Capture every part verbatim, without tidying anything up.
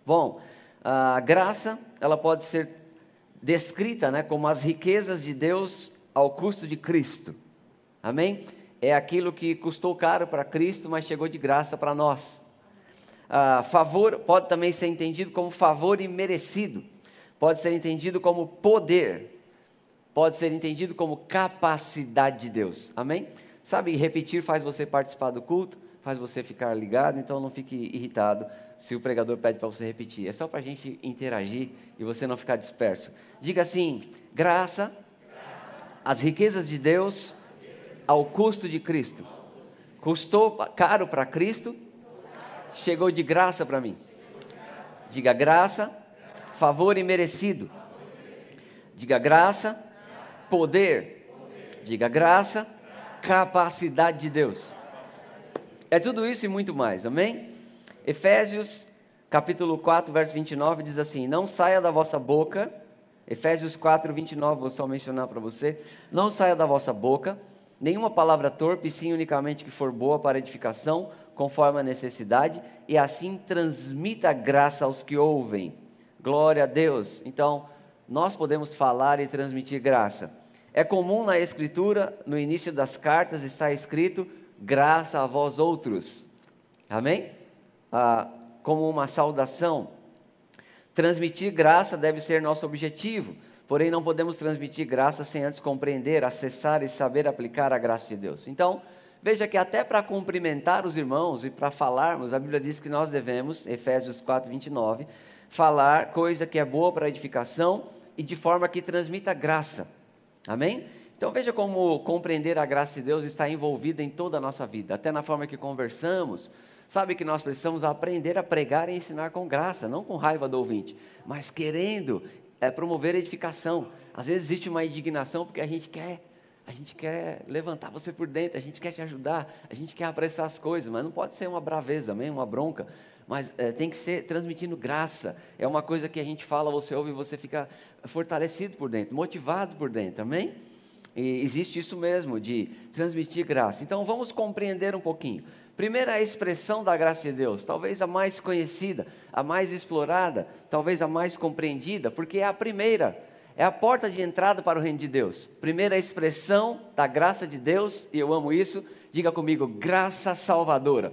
Bom, a graça, ela pode ser descrita, né, como as riquezas de Deus ao custo de Cristo. Amém? É aquilo que custou caro para Cristo, mas chegou de graça para nós. Ah, favor pode também ser entendido como favor imerecido. Pode ser entendido como poder. Pode ser entendido como capacidade de Deus. Amém? Sabe, repetir faz você participar do culto, faz você ficar ligado, então não fique irritado se o pregador pede para você repetir. É só para a gente interagir e você não ficar disperso. Diga assim: graça, as riquezas de Deus ao custo de Cristo. Custou caro para Cristo, chegou de graça para mim. Diga graça, favor imerecido. Diga graça, poder. Diga graça, capacidade de Deus. É tudo isso e muito mais, amém? Efésios, capítulo quatro, verso vinte e nove, diz assim: não saia da vossa boca, Efésios quatro, vinte e nove, vou só mencionar para você, não saia da vossa boca nenhuma palavra torpe, sim unicamente que for boa para edificação, conforme a necessidade, e assim transmita graça aos que ouvem. Glória a Deus. Então, nós podemos falar e transmitir graça. É comum na Escritura, no início das cartas, está escrito: graça a vós outros. Amém? Ah, como uma saudação. Transmitir graça deve ser nosso objetivo, porém não podemos transmitir graça sem antes compreender, acessar e saber aplicar a graça de Deus. Então, veja que até para cumprimentar os irmãos e para falarmos, a Bíblia diz que nós devemos, Efésios quatro, vinte e nove, falar coisa que é boa para edificação e de forma que transmita graça. Amém? Então veja como compreender a graça de Deus está envolvida em toda a nossa vida, até na forma que conversamos. Sabe que nós precisamos aprender a pregar e ensinar com graça, não com raiva do ouvinte, mas querendo é, promover edificação. Às vezes existe uma indignação porque a gente quer, a gente quer levantar você por dentro, a gente quer te ajudar, a gente quer apressar as coisas, mas não pode ser uma braveza, amém? Uma bronca, mas é, tem que ser transmitindo graça. É uma coisa que a gente fala, você ouve e você fica fortalecido por dentro, motivado por dentro, amém? E existe isso mesmo, de transmitir graça. Então vamos compreender um pouquinho. Primeiro, a expressão da graça de Deus, talvez a mais conhecida, a mais explorada, talvez a mais compreendida, porque é a primeira, é a porta de entrada para o reino de Deus. Primeira expressão da graça de Deus, e eu amo isso, diga comigo: graça salvadora.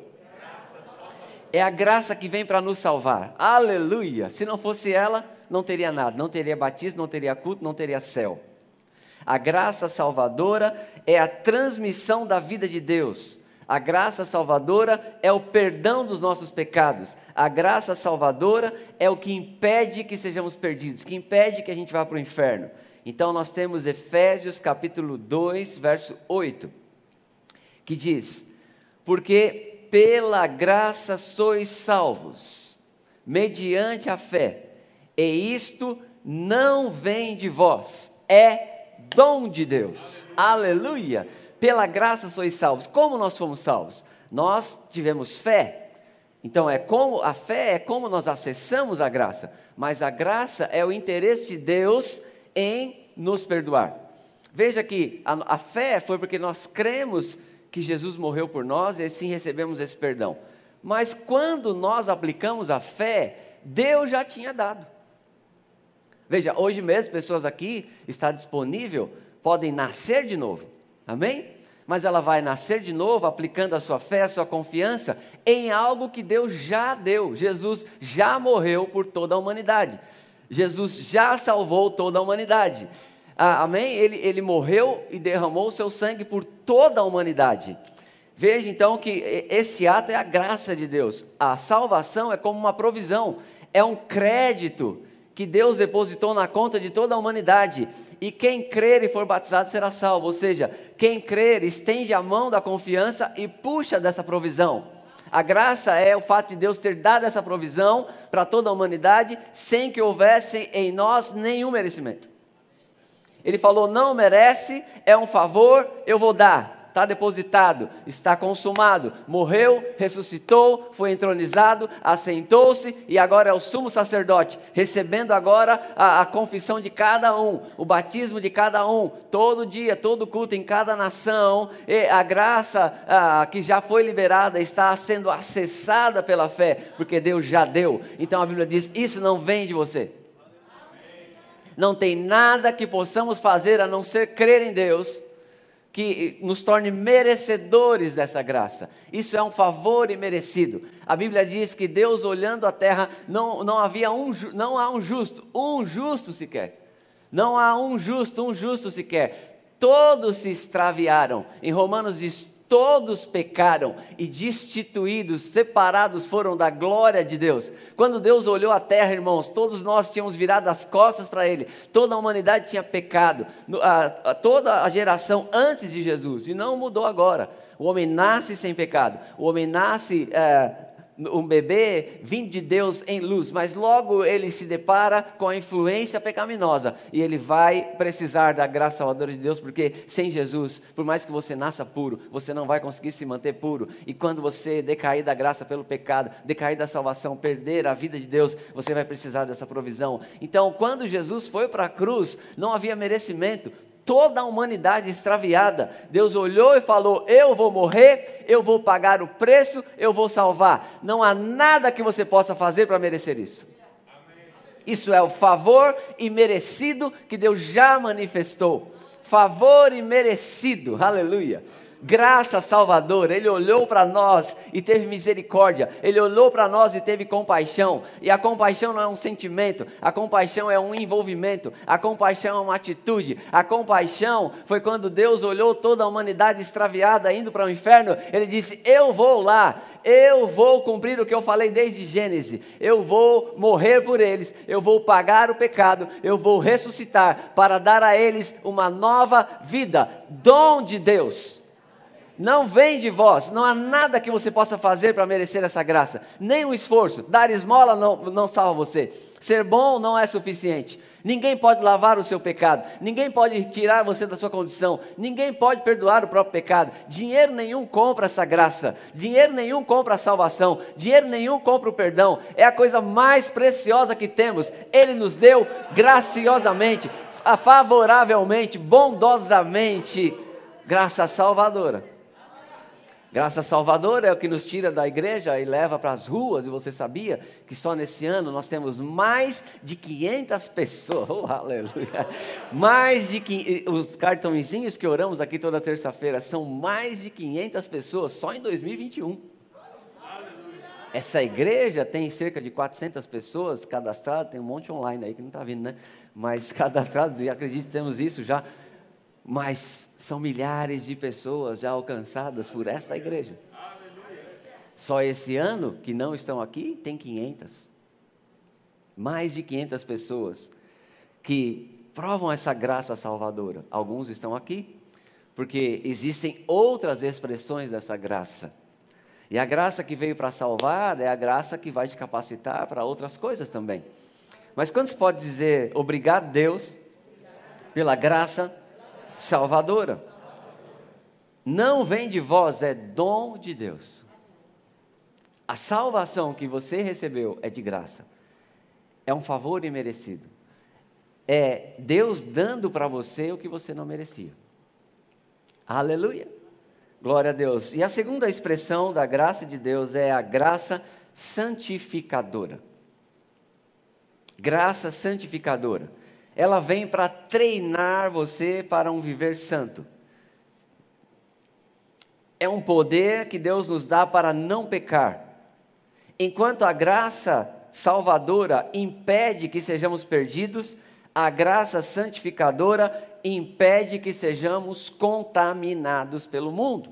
É a graça que vem para nos salvar, aleluia. Se não fosse ela, não teria nada, não teria batismo, não teria culto, não teria céu. A graça salvadora é a transmissão da vida de Deus. A graça salvadora é o perdão dos nossos pecados. A graça salvadora é o que impede que sejamos perdidos, que impede que a gente vá para o inferno. Então nós temos Efésios capítulo dois, verso oito, que diz: porque pela graça sois salvos, mediante a fé, e isto não vem de vós, é dom de Deus. Aleluia! Pela graça sois salvos. Como nós fomos salvos? Nós tivemos fé. Então é como a fé é como nós acessamos a graça, mas a graça é o interesse de Deus em nos perdoar. Veja que a, a fé foi porque nós cremos que Jesus morreu por nós e assim recebemos esse perdão. Mas quando nós aplicamos a fé, Deus já tinha dado. Veja, hoje mesmo pessoas aqui está disponível, podem nascer de novo. Amém? Mas ela vai nascer de novo aplicando a sua fé, a sua confiança em algo que Deus já deu. Jesus já morreu por toda a humanidade. Jesus já salvou toda a humanidade. Ah, amém? Ele, ele morreu e derramou o seu sangue por toda a humanidade. Veja então que esse ato é a graça de Deus. A salvação é como uma provisão, é um crédito que Deus depositou na conta de toda a humanidade, e quem crer e for batizado será salvo. Ou seja, quem crer estende a mão da confiança e puxa dessa provisão. A graça é o fato de Deus ter dado essa provisão para toda a humanidade, sem que houvesse em nós nenhum merecimento. Ele falou: não merece, é um favor, eu vou dar. está depositado, está consumado. Morreu, ressuscitou, foi entronizado, assentou-se e agora é o sumo sacerdote, recebendo agora a, a confissão de cada um, o batismo de cada um, todo dia, todo culto em cada nação. E a graça a, que já foi liberada está sendo acessada pela fé, porque Deus já deu. Então a Bíblia diz, isso não vem de você. Não tem nada que possamos fazer a não ser crer em Deus, que nos torne merecedores dessa graça. Isso é um favor imerecido. A Bíblia diz que Deus, olhando a terra, não, não havia um, não há um justo, um justo sequer. Não há um justo, um justo sequer. Todos se extraviaram. Em Romanos diz, todos pecaram e destituídos, separados foram da glória de Deus. Quando Deus olhou a terra, irmãos, todos nós tínhamos virado as costas para Ele. Toda a humanidade tinha pecado, a, a, toda a geração antes de Jesus, e não mudou agora. O homem nasce sem pecado, o homem nasce... É, um bebê vindo de Deus em luz, mas logo ele se depara com a influência pecaminosa, e ele vai precisar da graça salvadora de Deus, porque sem Jesus, por mais que você nasça puro, você não vai conseguir se manter puro, e quando você decair da graça pelo pecado, decair da salvação, perder a vida de Deus, você vai precisar dessa provisão. Então, quando Jesus foi para a cruz, não havia merecimento, toda a humanidade extraviada, Deus olhou e falou, eu vou morrer, eu vou pagar o preço, eu vou salvar. Não há nada que você possa fazer para merecer isso. Isso é o favor imerecido que Deus já manifestou. Favor imerecido, aleluia. Graça salvadora. Ele olhou para nós e teve misericórdia, Ele olhou para nós e teve compaixão, e a compaixão não é um sentimento, a compaixão é um envolvimento, a compaixão é uma atitude. A compaixão foi quando Deus olhou toda a humanidade extraviada, indo para o inferno, Ele disse, eu vou lá, eu vou cumprir o que eu falei desde Gênesis, eu vou morrer por eles, eu vou pagar o pecado, eu vou ressuscitar, para dar a eles uma nova vida, dom de Deus. Não vem de vós, não há nada que você possa fazer para merecer essa graça, nem um esforço. Dar esmola não, não salva você, ser bom não é suficiente, ninguém pode lavar o seu pecado, ninguém pode tirar você da sua condição, ninguém pode perdoar o próprio pecado. Dinheiro nenhum compra essa graça, dinheiro nenhum compra a salvação, dinheiro nenhum compra o perdão. É a coisa mais preciosa que temos, Ele nos deu graciosamente, favoravelmente, bondosamente. Graça salvadora. Graça salvadora é o que nos tira da igreja e leva para as ruas. E você sabia que só nesse ano nós temos mais de quinhentas pessoas, oh, aleluia, mais de quinhentas, os cartõezinhos que oramos aqui toda terça-feira, são mais de quinhentas pessoas só em dois mil e vinte e um. Essa igreja tem cerca de quatrocentas pessoas cadastradas, tem um monte online aí que não está vindo, né? Mas cadastrados, e acredito que temos isso já. Mas são milhares de pessoas já alcançadas por esta igreja. Só esse ano, que não estão aqui, tem quinhentas. Mais de quinhentas pessoas que provam essa graça salvadora. Alguns estão aqui, porque existem outras expressões dessa graça. E a graça que veio para salvar é a graça que vai te capacitar para outras coisas também. Mas quando se pode dizer, obrigado Deus, pela graça salvadora? Não vem de vós, é dom de Deus. A salvação que você recebeu é de graça, é um favor imerecido, é Deus dando para você o que você não merecia. Aleluia, glória a Deus. E a segunda expressão da graça de Deus é a graça santificadora. Graça santificadora. Ela vem para treinar você para um viver santo. É um poder que Deus nos dá para não pecar. Enquanto a graça salvadora impede que sejamos perdidos, a graça santificadora impede que sejamos contaminados pelo mundo.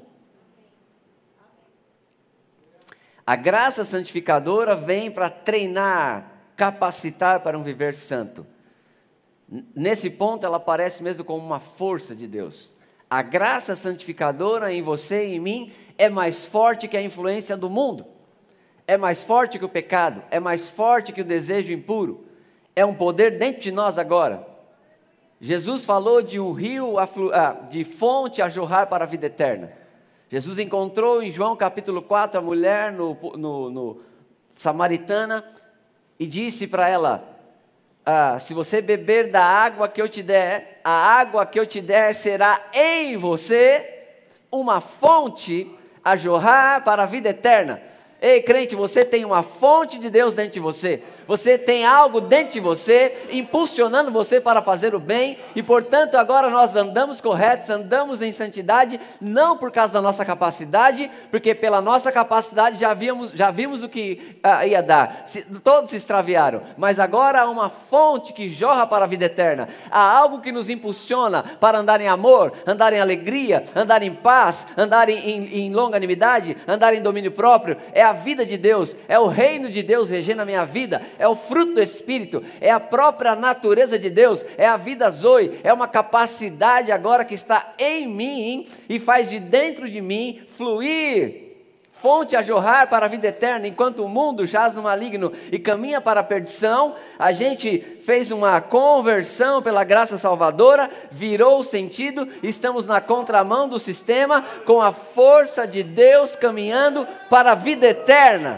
A graça santificadora vem para treinar, capacitar para um viver santo. Nesse ponto ela aparece mesmo como uma força de Deus. A graça santificadora em você e em mim é mais forte que a influência do mundo, é mais forte que o pecado, é mais forte que o desejo impuro, é um poder dentro de nós agora. Jesus falou de um rio, aflu- ah, de fonte a jorrar para a vida eterna. Jesus encontrou em João capítulo quatro a mulher no, no, no samaritana e disse para ela, ah, se você beber da água que eu te der, a água que eu te der será em você uma fonte a jorrar para a vida eterna. Ei, crente, você tem uma fonte de Deus dentro de você. Você tem algo dentro de você, impulsionando você para fazer o bem. E, portanto, agora nós andamos corretos, andamos em santidade, não por causa da nossa capacidade, porque pela nossa capacidade já vimos, já vimos o que ah, ia dar. Se, todos se extraviaram. Mas agora há uma fonte que jorra para a vida eterna. Há algo que nos impulsiona para andar em amor, andar em alegria, andar em paz, andar em, em, em longanimidade, andar em domínio próprio. É a vida de Deus, é o reino de Deus regendo a minha vida, é o fruto do Espírito, é a própria natureza de Deus, é a vida Zoe, é uma capacidade agora que está em mim e faz de dentro de mim fluir, fonte a jorrar para a vida eterna. Enquanto o mundo jaz no maligno e caminha para a perdição, a gente fez uma conversão pela graça salvadora, virou o sentido, estamos na contramão do sistema, com a força de Deus caminhando para a vida eterna.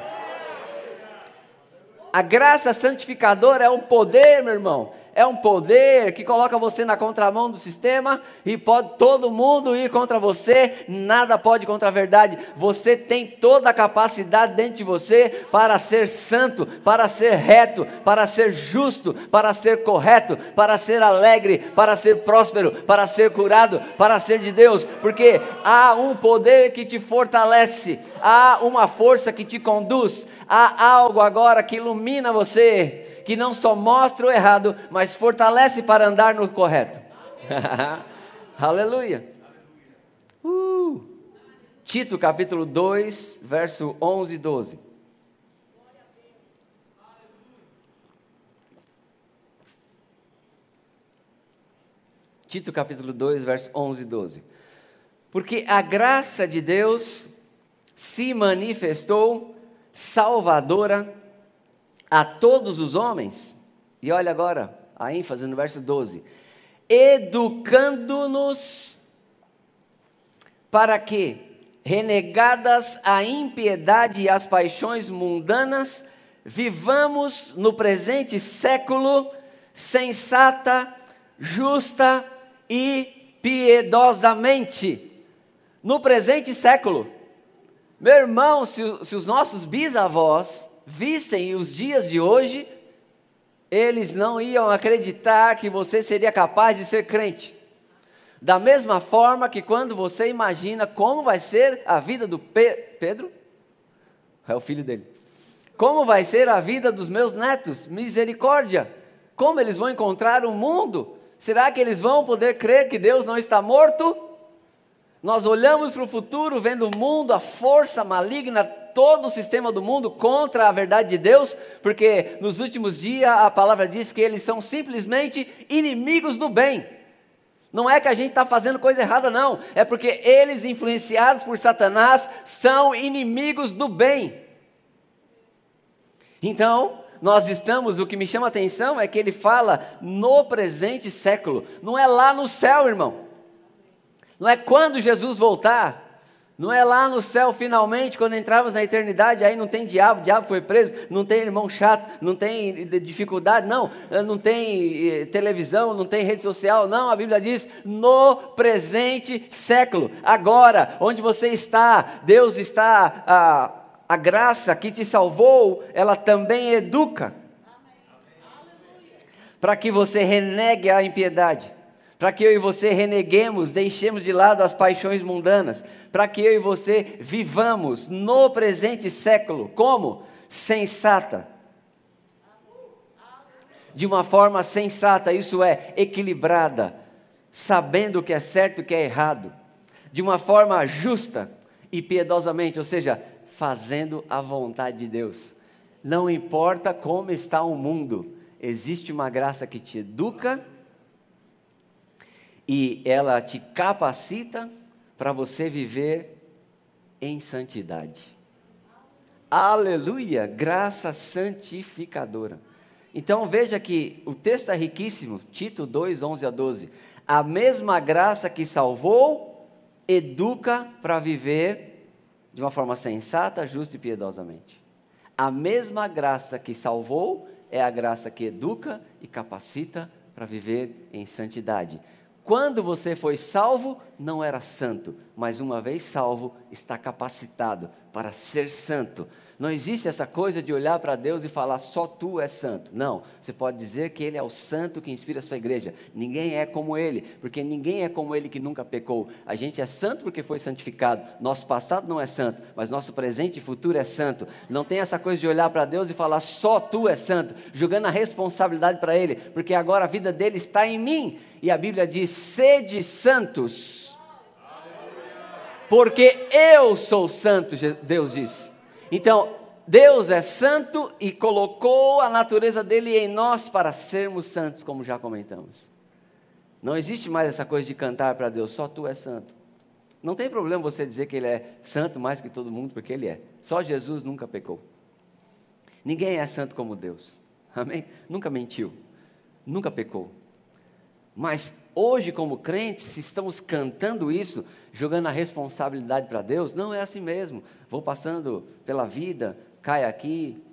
A graça santificadora é um poder, meu irmão. É um poder que coloca você na contramão do sistema e pode todo mundo ir contra você, nada pode contra a verdade. Você tem toda a capacidade dentro de você para ser santo, para ser reto, para ser justo, para ser correto, para ser alegre, para ser próspero, para ser curado, para ser de Deus, porque há um poder que te fortalece, há uma força que te conduz, há algo agora que ilumina você, que não só mostra o errado, mas fortalece para andar no correto. Aleluia. Uh. Tito capítulo dois, verso onze e doze. Tito capítulo dois, verso onze e doze. Porque a graça de Deus se manifestou salvadora a todos os homens, e olha agora a ênfase no verso doze, educando-nos para que, renegadas a impiedade e as paixões mundanas, vivamos no presente século sensata, justa e piedosamente. No presente século, meu irmão, se, se os nossos bisavós vissem os dias de hoje, eles não iam acreditar que você seria capaz de ser crente. Da mesma forma que quando você imagina como vai ser a vida do Pe- Pedro, é o filho dele, como vai ser a vida dos meus netos, misericórdia, como eles vão encontrar o mundo, será que eles vão poder crer que Deus não está morto? Nós olhamos para o futuro, vendo o mundo, a força maligna, todo o sistema do mundo contra a verdade de Deus, porque nos últimos dias a palavra diz que eles são simplesmente inimigos do bem. Não é que a gente está fazendo coisa errada, não, é porque eles, influenciados por Satanás, são inimigos do bem. Então, nós estamos, o que me chama a atenção é que ele fala no presente século, não é lá no céu, irmão. Não é quando Jesus voltar, não é lá no céu finalmente, quando entrarmos na eternidade, aí não tem diabo, o diabo foi preso, não tem irmão chato, não tem dificuldade, não, não tem televisão, não tem rede social, não, a Bíblia diz no presente século, agora, onde você está, Deus está, a, a graça que te salvou, ela também educa, para que você renegue a impiedade, para que eu e você reneguemos, deixemos de lado as paixões mundanas, para que eu e você vivamos no presente século, como? Sensata, de uma forma sensata, isso é, equilibrada, sabendo o que é certo e o que é errado, de uma forma justa e piedosamente, ou seja, fazendo a vontade de Deus, não importa como está o mundo, existe uma graça que te educa, e ela te capacita para você viver em santidade. Aleluia, graça santificadora. Então veja que o texto é riquíssimo, Tito dois, onze a doze. A mesma graça que salvou, educa para viver de uma forma sensata, justa e piedosamente. A mesma graça que salvou é a graça que educa e capacita para viver em santidade. Quando você foi salvo, não era santo, mas uma vez salvo, está capacitado para ser santo. Não existe essa coisa de olhar para Deus e falar, só tu és santo. Não, você pode dizer que Ele é o santo que inspira a sua igreja. Ninguém é como Ele, porque ninguém é como Ele que nunca pecou. A gente é santo porque foi santificado. Nosso passado não é santo, mas nosso presente e futuro é santo. Não tem essa coisa de olhar para Deus e falar, só tu és santo, jogando a responsabilidade para Ele, porque agora a vida dele está em mim. E a Bíblia diz, sede santos, porque eu sou santo, Deus diz. Então, Deus é santo e colocou a natureza dele em nós para sermos santos, como já comentamos. Não existe mais essa coisa de cantar para Deus, só tu és santo. Não tem problema você dizer que ele é santo mais que todo mundo, porque ele é. Só Jesus nunca pecou. Ninguém é santo como Deus. Amém? Nunca mentiu, nunca pecou. Mas hoje, como crentes, se estamos cantando isso, jogando a responsabilidade para Deus, não é assim mesmo. Vou passando pela vida, cai aqui,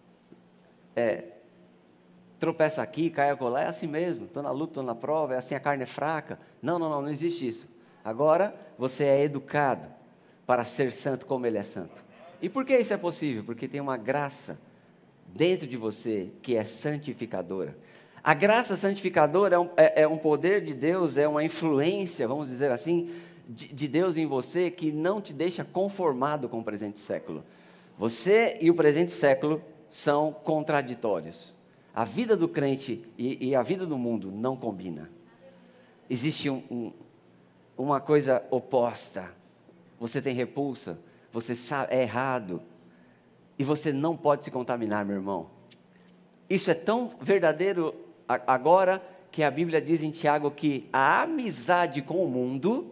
é, tropeça aqui, cai acolá, é assim mesmo. Estou na luta, estou na prova, é assim, a carne é fraca. Não, não, não, não existe isso. Agora, você é educado para ser santo como Ele é santo. E por que isso é possível? Porque tem uma graça dentro de você que é santificadora. A graça santificadora é um, é, é um poder de Deus, é uma influência, vamos dizer assim, de, de Deus em você, que não te deixa conformado com o presente século. Você e o presente século são contraditórios. A vida do crente e, e a vida do mundo não combina. Existe um, um, uma coisa oposta. Você tem repulsa, você sabe, é errado, e você não pode se contaminar, meu irmão. Isso é tão verdadeiro agora que a Bíblia diz em Tiago que a amizade com o mundo,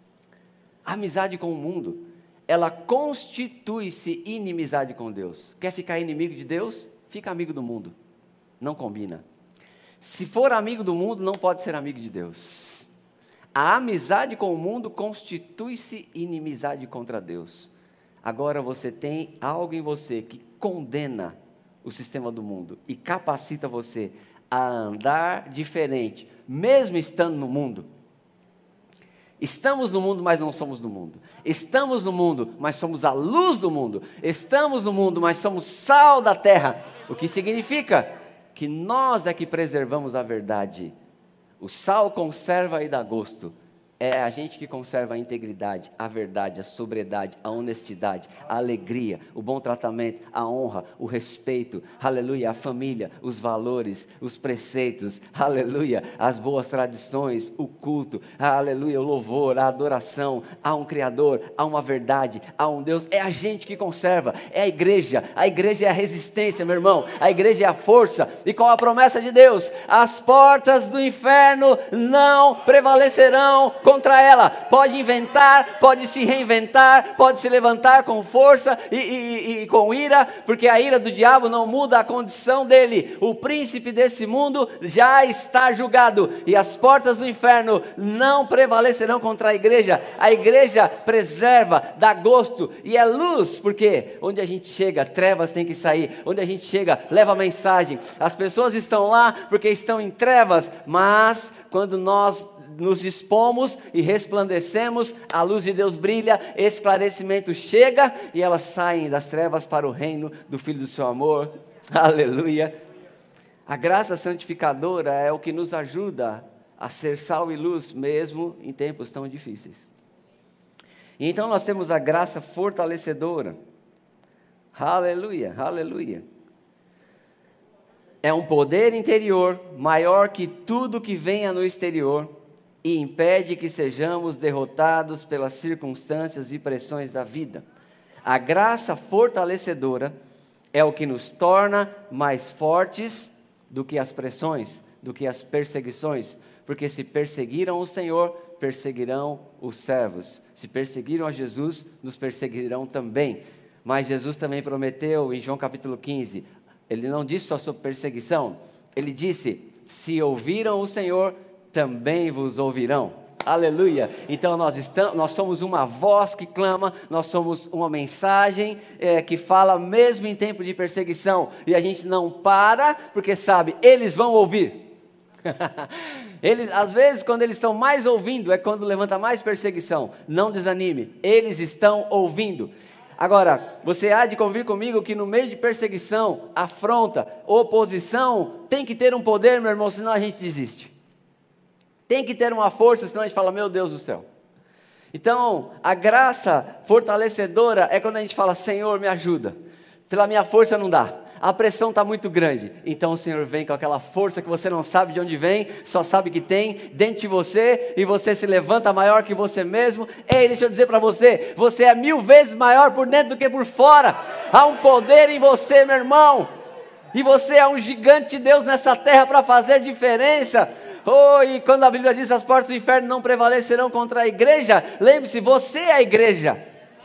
a amizade com o mundo, ela constitui-se inimizade com Deus. Quer ficar inimigo de Deus? Fica amigo do mundo. Não combina. Se for amigo do mundo, não pode ser amigo de Deus. A amizade com o mundo constitui-se inimizade contra Deus. Agora você tem algo em você que condena o sistema do mundo e capacita você a andar diferente, mesmo estando no mundo. Estamos no mundo, mas não somos do mundo. Estamos no mundo, mas somos a luz do mundo. Estamos no mundo, mas somos sal da terra. O que significa que nós é que preservamos a verdade. O sal conserva e dá gosto. É a gente que conserva a integridade, a verdade, a sobriedade, a honestidade, a alegria, o bom tratamento, a honra, o respeito, aleluia, a família, os valores, os preceitos, aleluia, as boas tradições, o culto, aleluia, o louvor, a adoração. Há um Criador, há uma verdade, há um Deus. É a gente que conserva, é a igreja. A igreja é a resistência, meu irmão. A igreja é a força. E qual a promessa de Deus? As portas do inferno não prevalecerão contra ela. Pode inventar, pode se reinventar, pode se levantar com força e, e, e com ira, porque a ira do diabo não muda a condição dele. O príncipe desse mundo já está julgado e as portas do inferno não prevalecerão contra a igreja. A igreja preserva, dá gosto e é luz, porque onde a gente chega, trevas tem que sair. Onde a gente chega, leva a mensagem. As pessoas estão lá porque estão em trevas, mas quando nós nos dispomos e resplandecemos, a luz de Deus brilha, esclarecimento chega e elas saem das trevas para o reino do Filho do seu amor. Aleluia. A graça santificadora é o que nos ajuda a ser sal e luz mesmo em tempos tão difíceis. E então nós temos a graça fortalecedora. Aleluia, aleluia. É um poder interior maior que tudo que venha no exterior e impede que sejamos derrotados pelas circunstâncias e pressões da vida. A graça fortalecedora é o que nos torna mais fortes do que as pressões, do que as perseguições, porque se perseguiram o Senhor, perseguirão os servos. Se perseguiram a Jesus, nos perseguirão também. Mas Jesus também prometeu em João capítulo quinze, Ele não disse só sobre perseguição, ele disse, se ouviram o Senhor, também vos ouvirão. Aleluia. Então nós, estamos, nós somos uma voz que clama, nós somos uma mensagem é, que fala mesmo em tempo de perseguição, e a gente não para, porque sabe, eles vão ouvir. Eles, às vezes quando eles estão mais ouvindo, é quando levanta mais perseguição. Não desanime, eles estão ouvindo. Agora, você há de convir comigo que no meio de perseguição, afronta, oposição, tem que ter um poder, meu irmão, senão a gente desiste. Tem que ter uma força, senão a gente fala, meu Deus do céu. Então, a graça fortalecedora é quando a gente fala, Senhor, me ajuda. Pela minha força não dá. A pressão está muito grande, então o Senhor vem com aquela força que você não sabe de onde vem, só sabe que tem dentro de você, e você se levanta maior que você mesmo. Ei, deixa eu dizer para você, você é mil vezes maior por dentro do que por fora. Há um poder em você, meu irmão, e você é um gigante de Deus nessa terra para fazer diferença. Oh, e quando a Bíblia diz, as portas do inferno não prevalecerão contra a igreja, lembre-se, você é a igreja.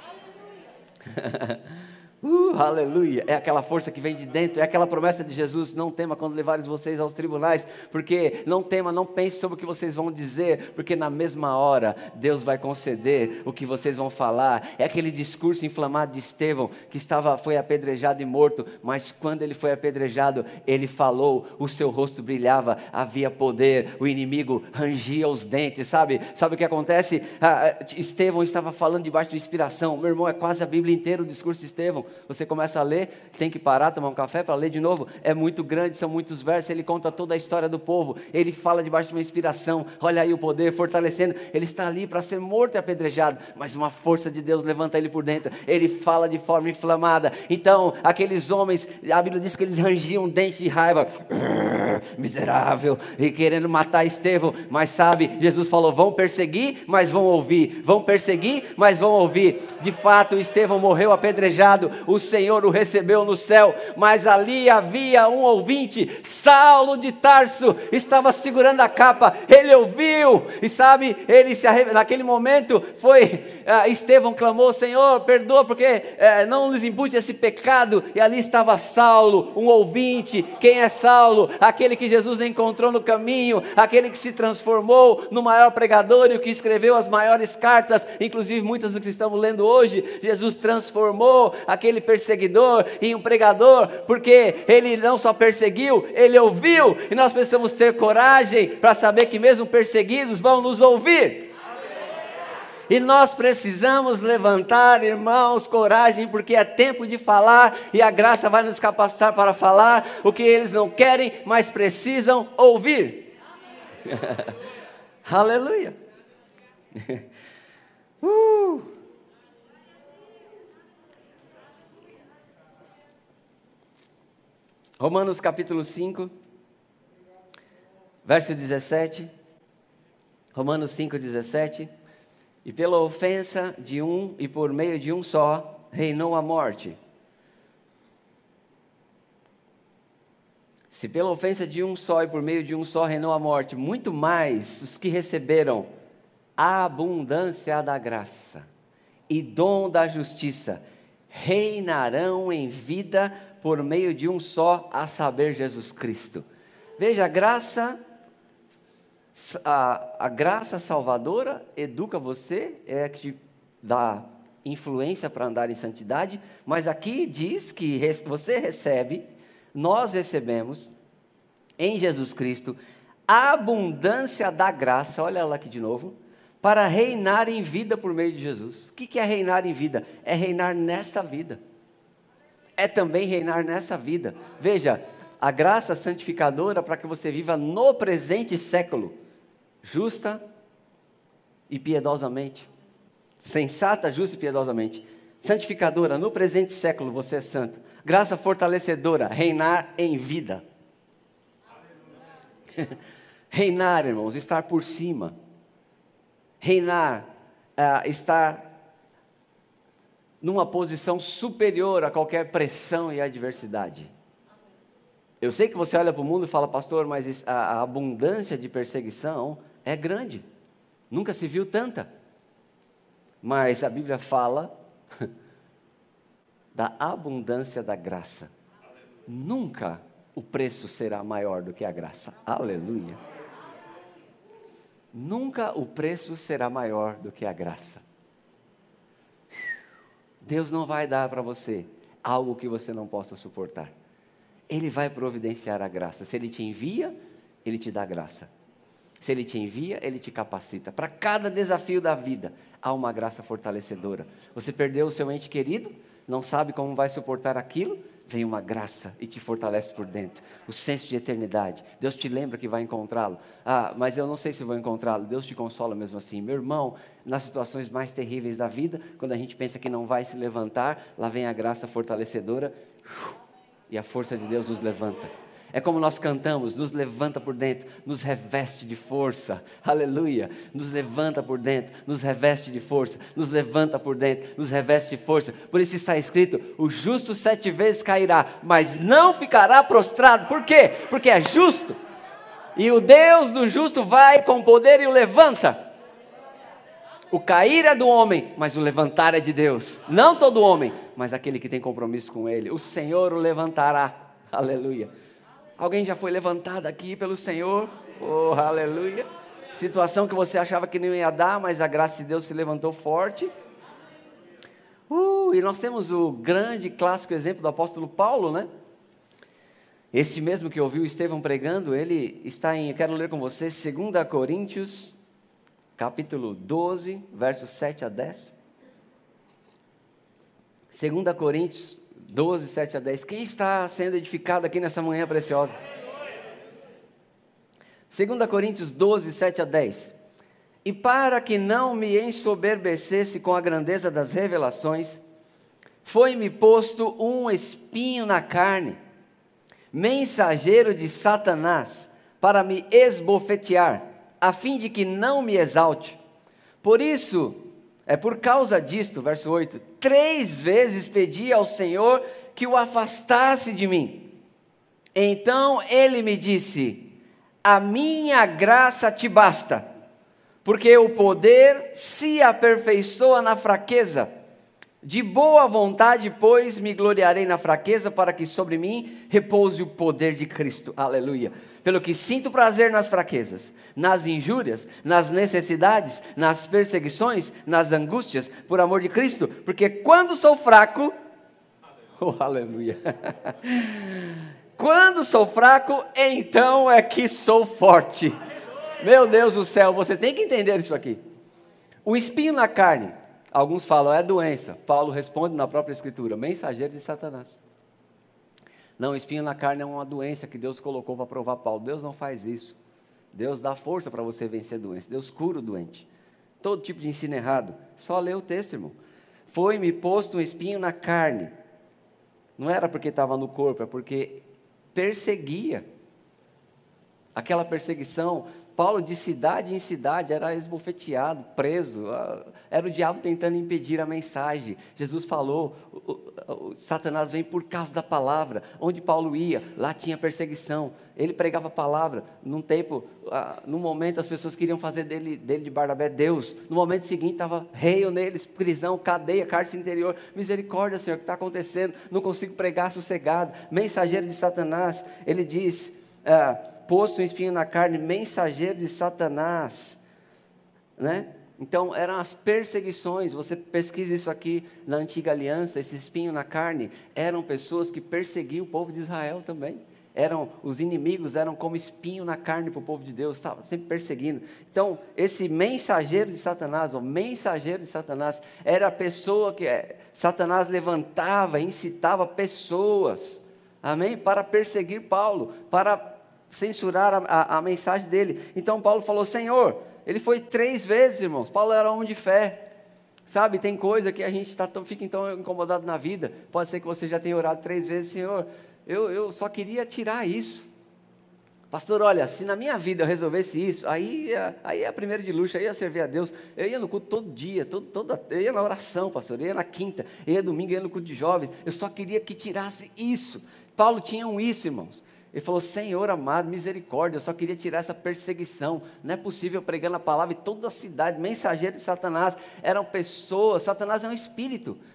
Uh, aleluia, é aquela força que vem de dentro, é aquela promessa de Jesus, não tema quando levares vocês aos tribunais, porque não tema, não pense sobre o que vocês vão dizer, porque na mesma hora, Deus vai conceder o que vocês vão falar. É aquele discurso inflamado de Estevão, que estava, foi apedrejado e morto, mas quando ele foi apedrejado, ele falou, o seu rosto brilhava, havia poder, o inimigo rangia os dentes, sabe, sabe o que acontece? Ah, Estevão estava falando debaixo de inspiração, meu irmão, é quase a Bíblia inteira o discurso de Estevão. Você começa a ler, tem que parar, tomar um café para ler de novo, é muito grande, são muitos versos, ele conta toda a história do povo, ele fala debaixo de uma inspiração, olha aí o poder fortalecendo, ele está ali para ser morto e apedrejado, mas uma força de Deus levanta ele por dentro, ele fala de forma inflamada. Então aqueles homens, a Bíblia diz que eles rangiam dentes de raiva, miserável, e querendo matar Estevão, mas sabe, Jesus falou, vão perseguir, mas vão ouvir, vão perseguir, mas vão ouvir. De fato, Estevão morreu apedrejado, o Senhor o recebeu no céu, mas ali havia um ouvinte, Saulo de Tarso, estava segurando a capa, ele ouviu, e sabe, ele se arre... naquele momento foi, uh, Estevão clamou, Senhor, perdoa, porque uh, não nos impute esse pecado, e ali estava Saulo, um ouvinte. Quem é Saulo? Aquele que Jesus encontrou no caminho, aquele que se transformou no maior pregador, e o que escreveu as maiores cartas, inclusive muitas do que estamos lendo hoje. Jesus transformou aquele perseguidor em um pregador, porque ele não só perseguiu, ele ouviu, e nós precisamos ter coragem para saber que mesmo perseguidos vão nos ouvir. E nós precisamos levantar, irmãos, coragem, porque é tempo de falar, e a graça vai nos capacitar para falar o que eles não querem, mas precisam ouvir. Aleluia. uh. Romanos capítulo cinco, verso dezessete. Romanos cinco, dezessete. E pela ofensa de um e por meio de um só, reinou a morte. Se pela ofensa de um só e por meio de um só reinou a morte, muito mais os que receberam a abundância da graça e dom da justiça, reinarão em vida por meio de um só, a saber, Jesus Cristo. Veja, a graça... A, a graça salvadora educa você, é que te dá influência para andar em santidade, mas aqui diz que res, você recebe, nós recebemos, em Jesus Cristo, a abundância da graça, olha lá aqui de novo, para reinar em vida por meio de Jesus. O que, que é reinar em vida? É reinar nesta vida, é também reinar nessa vida. Veja, a graça santificadora para que você viva no presente século, justa e piedosamente, sensata, justa e piedosamente, santificadora, no presente século você é santo, graça fortalecedora, reinar em vida, reinar, irmãos, estar por cima, reinar, uh, estar numa posição superior a qualquer pressão e adversidade. Eu sei que você olha para o mundo e fala, pastor, mas a, a abundância de perseguição é grande, nunca se viu tanta, mas a Bíblia fala da abundância da graça. nunca o preço será maior do que a graça. Aleluia. Nunca o preço será maior do que a graça. Deus não vai dar para você algo que você não possa suportar. Ele vai providenciar a graça. Se Ele te envia, Ele te dá graça. Se Ele te envia, Ele te capacita. Para cada desafio da vida, há uma graça fortalecedora. Você perdeu o seu ente querido, não sabe como vai suportar aquilo, vem uma graça e te fortalece por dentro. O senso de eternidade. Deus te lembra que vai encontrá-lo. Ah, mas eu não sei se vou encontrá-lo. Deus te consola mesmo assim. Meu irmão, nas situações mais terríveis da vida, quando a gente pensa que não vai se levantar, lá vem a graça fortalecedora e a força de Deus nos levanta. É como nós cantamos, nos levanta por dentro, nos reveste de força, aleluia, nos levanta por dentro, nos reveste de força, nos levanta por dentro, nos reveste de força. Por isso está escrito, o justo sete vezes cairá, mas não ficará prostrado. Por quê? Porque é justo, e o Deus do justo vai com poder e o levanta. O cair é do homem, mas o levantar é de Deus. Não todo homem, mas aquele que tem compromisso com Ele. O Senhor o levantará, aleluia. Alguém já foi levantado aqui pelo Senhor? Oh, aleluia. Situação que você achava que não ia dar, mas a graça de Deus se levantou forte. Uh, e nós temos o grande clássico exemplo do apóstolo Paulo, né? Este mesmo que ouviu Estevão pregando, ele está em, eu quero ler com você, segunda Coríntios, capítulo doze, versos sete a dez. segunda Coríntios doze, sete a dez. Quem está sendo edificado aqui nessa manhã preciosa? segunda Coríntios doze, sete a dez. E para que não me ensoberbecesse com a grandeza das revelações, foi-me posto um espinho na carne, mensageiro de Satanás, para me esbofetear, a fim de que não me exalte. Por isso, é por causa disto, verso oito, três vezes pedi ao Senhor que o afastasse de mim. Então ele me disse, a minha graça te basta, porque o poder se aperfeiçoa na fraqueza. De boa vontade, pois, me gloriarei na fraqueza, para que sobre mim repouse o poder de Cristo. Aleluia. Pelo que sinto prazer nas fraquezas, nas injúrias, nas necessidades, nas perseguições, nas angústias, por amor de Cristo, porque quando sou fraco, oh, aleluia, quando sou fraco, então é que sou forte. Meu Deus do céu, você tem que entender isso aqui. O espinho na carne, alguns falam, é doença. Paulo responde na própria escritura, mensageiro de Satanás. Não, espinho na carne é uma doença que Deus colocou para provar Paulo. Deus não faz isso. Deus dá força para você vencer a doença. Deus cura o doente. Todo tipo de ensino errado. Só lê o texto, irmão. Foi-me posto um espinho na carne. Não era porque estava no corpo, é porque perseguia. Aquela perseguição, Paulo de cidade em cidade era esbofeteado, preso, era o diabo tentando impedir a mensagem. Jesus falou, o, o, o, Satanás vem por causa da palavra. Onde Paulo ia, lá tinha perseguição. Ele pregava a palavra. Num tempo, ah, num momento as pessoas queriam fazer dele, dele de Barnabé Deus. No momento seguinte estava reio neles, prisão, cadeia, cárcere interior. Misericórdia, Senhor, o que está acontecendo? Não consigo pregar sossegado. Mensageiro de Satanás, ele diz... Ah, posto um espinho na carne, mensageiro de Satanás, né? Então eram as perseguições. Você pesquisa isso aqui na antiga aliança, esse espinho na carne, eram pessoas que perseguiam o povo de Israel também, eram, os inimigos eram como espinho na carne para o povo de Deus, estava sempre perseguindo. Então esse mensageiro de Satanás, ou mensageiro de Satanás, era a pessoa que é, Satanás levantava, incitava pessoas, amém? Para perseguir Paulo, para censurar a, a, a mensagem dele. Então Paulo falou, Senhor, ele foi três vezes, irmãos. Paulo era homem de fé, sabe, tem coisa que a gente tá tão, fica então incomodado na vida. Pode ser que você já tenha orado três vezes, Senhor, eu, eu só queria tirar isso. Pastor, olha, se na minha vida eu resolvesse isso, aí, aí é a primeira de luxo, aí ia servir a Deus. Eu ia no culto todo dia, todo, toda, eu ia na oração, pastor, eu ia na quinta, eu ia domingo, eu ia no culto de jovens. Eu só queria que tirasse isso. Paulo tinha um isso, irmãos. Ele falou, Senhor amado, misericórdia, eu só queria tirar essa perseguição. Não é possível pregando a palavra em toda a cidade. Mensageiro de Satanás, eram pessoas. Satanás é um espírito.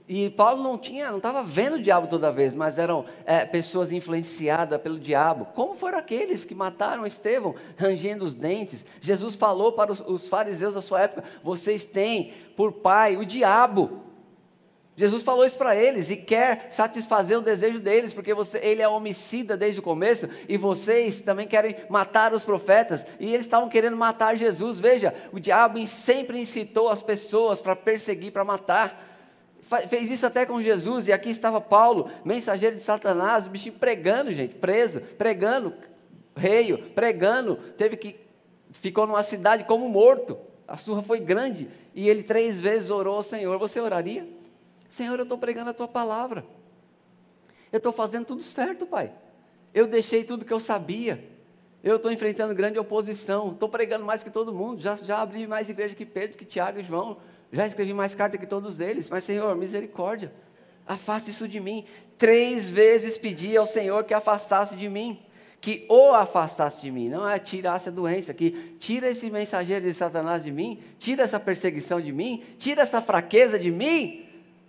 E Paulo não tinha, não estava vendo o diabo toda vez, mas eram é, pessoas influenciadas pelo diabo. Como foram aqueles que mataram Estevão, rangendo os dentes? Jesus falou para os, os fariseus da sua época: vocês têm por pai o diabo. Jesus falou isso para eles e quer satisfazer o desejo deles, porque você, ele é homicida desde o começo, e vocês também querem matar os profetas, e eles estavam querendo matar Jesus. Veja, o diabo sempre incitou as pessoas para perseguir, para matar. Fez isso até com Jesus, e aqui estava Paulo, mensageiro de Satanás, o bichinho pregando, gente, preso, pregando, reio, pregando, teve que, ficou numa cidade como morto, a surra foi grande, e ele três vezes orou ao Senhor. Você oraria? Senhor, eu estou pregando a tua palavra, eu estou fazendo tudo certo, Pai, eu deixei tudo que eu sabia, eu estou enfrentando grande oposição, estou pregando mais que todo mundo, já, já abri mais igreja que Pedro, que Tiago e João, já escrevi mais carta que todos eles, mas Senhor, misericórdia, afaste isso de mim. Três vezes pedi ao Senhor que afastasse de mim, que o afastasse de mim, não é tirasse a doença, que tira esse mensageiro de Satanás de mim, tira essa perseguição de mim, tira essa fraqueza de mim.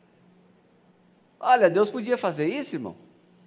Olha, Deus podia fazer isso, irmão?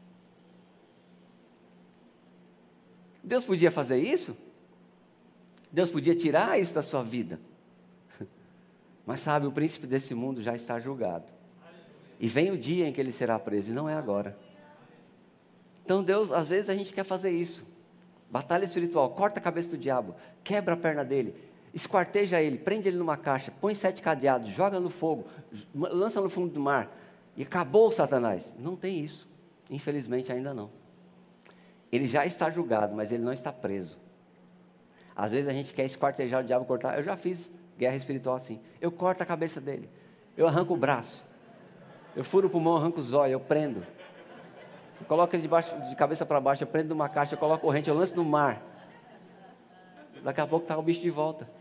Deus podia fazer isso? Deus podia tirar isso da sua vida? Mas sabe, o príncipe desse mundo já está julgado. E vem o dia em que ele será preso, e não é agora. Então Deus, às vezes a gente quer fazer isso. Batalha espiritual, corta a cabeça do diabo, quebra a perna dele, esquarteja ele, prende ele numa caixa, põe sete cadeados, joga no fogo, lança no fundo do mar, e acabou o Satanás. Não tem isso, infelizmente ainda não. Ele já está julgado, mas ele não está preso. Às vezes a gente quer esquartejar o diabo, cortar. Eu já fiz guerra espiritual assim. Eu corto a cabeça dele, eu arranco o braço, eu furo o pulmão, arranco os olhos, eu prendo, eu coloco ele de, baixo, de cabeça para baixo, eu prendo numa caixa, eu coloco corrente, eu lanço no mar. Daqui a pouco está o bicho de volta.